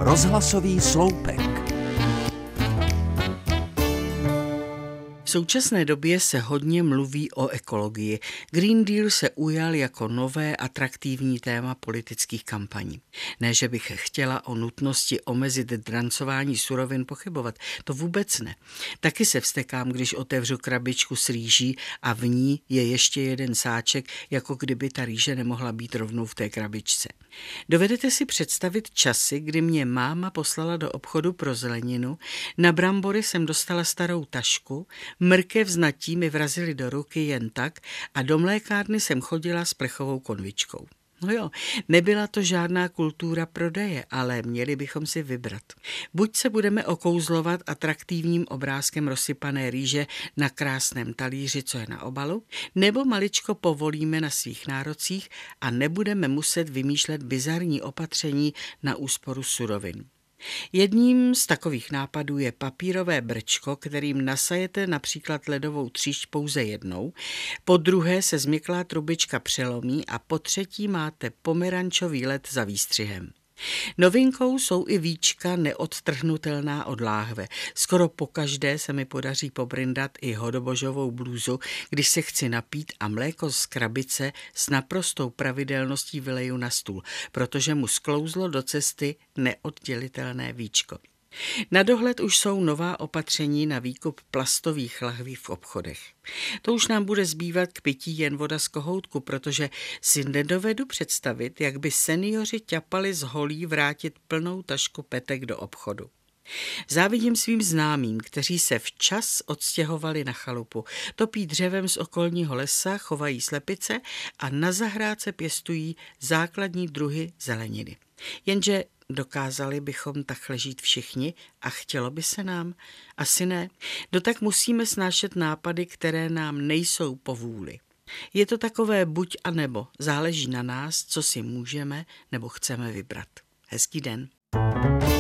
Rozhlasový sloupek. V současné době se hodně mluví o ekologii. Green Deal se ujal jako nové atraktivní téma politických kampaní. Ne, že bych chtěla o nutnosti omezit drancování surovin pochybovat, to vůbec ne. Taky se vztekám, když otevřu krabičku s rýží a v ní je ještě jeden sáček, jako kdyby ta rýže nemohla být rovnou v té krabičce. Dovedete si představit časy, kdy mě máma poslala do obchodu pro zeleninu, na brambory jsem dostala starou tašku, mrkev s natí mi vrazili do ruky jen tak a do mlékárny jsem chodila s plechovou konvičkou. No jo, nebyla to žádná kultura prodeje, ale měli bychom si vybrat. Buď se budeme okouzlovat atraktivním obrázkem rozsypané rýže na krásném talíři, co je na obalu, nebo maličko povolíme na svých nárocích a nebudeme muset vymýšlet bizarní opatření na úsporu surovin. Jedním z takových nápadů je papírové brčko, kterým nasajete například ledovou tříšť pouze jednou, po druhé se změklá trubička přelomí a po třetí máte pomerančový led za výstřihem. Novinkou jsou i víčka neodtrhnutelná od láhve. Skoro pokaždé se mi podaří pobrindat i hodobožovou blůzu, když se chci napít a mléko z krabice s naprostou pravidelností vyleju na stůl, protože mu sklouzlo do cesty neoddělitelné víčko. Na dohled už jsou nová opatření na výkup plastových lahví v obchodech. To už nám bude zbývat k pití jen voda z kohoutku, protože si nedovedu představit, jak by seniori ťapali z holí vrátit plnou tašku petek do obchodu. Závidím svým známým, kteří se včas odstěhovali na chalupu, topí dřevem z okolního lesa, chovají slepice a na zahrádce pěstují základní druhy zeleniny. Jenže dokázali bychom takhle žít všichni a chtělo by se nám? Asi ne. Tak musíme snášet nápady, které nám nejsou po vůli. Je to takové buď a nebo. Záleží na nás, co si můžeme nebo chceme vybrat. Hezký den.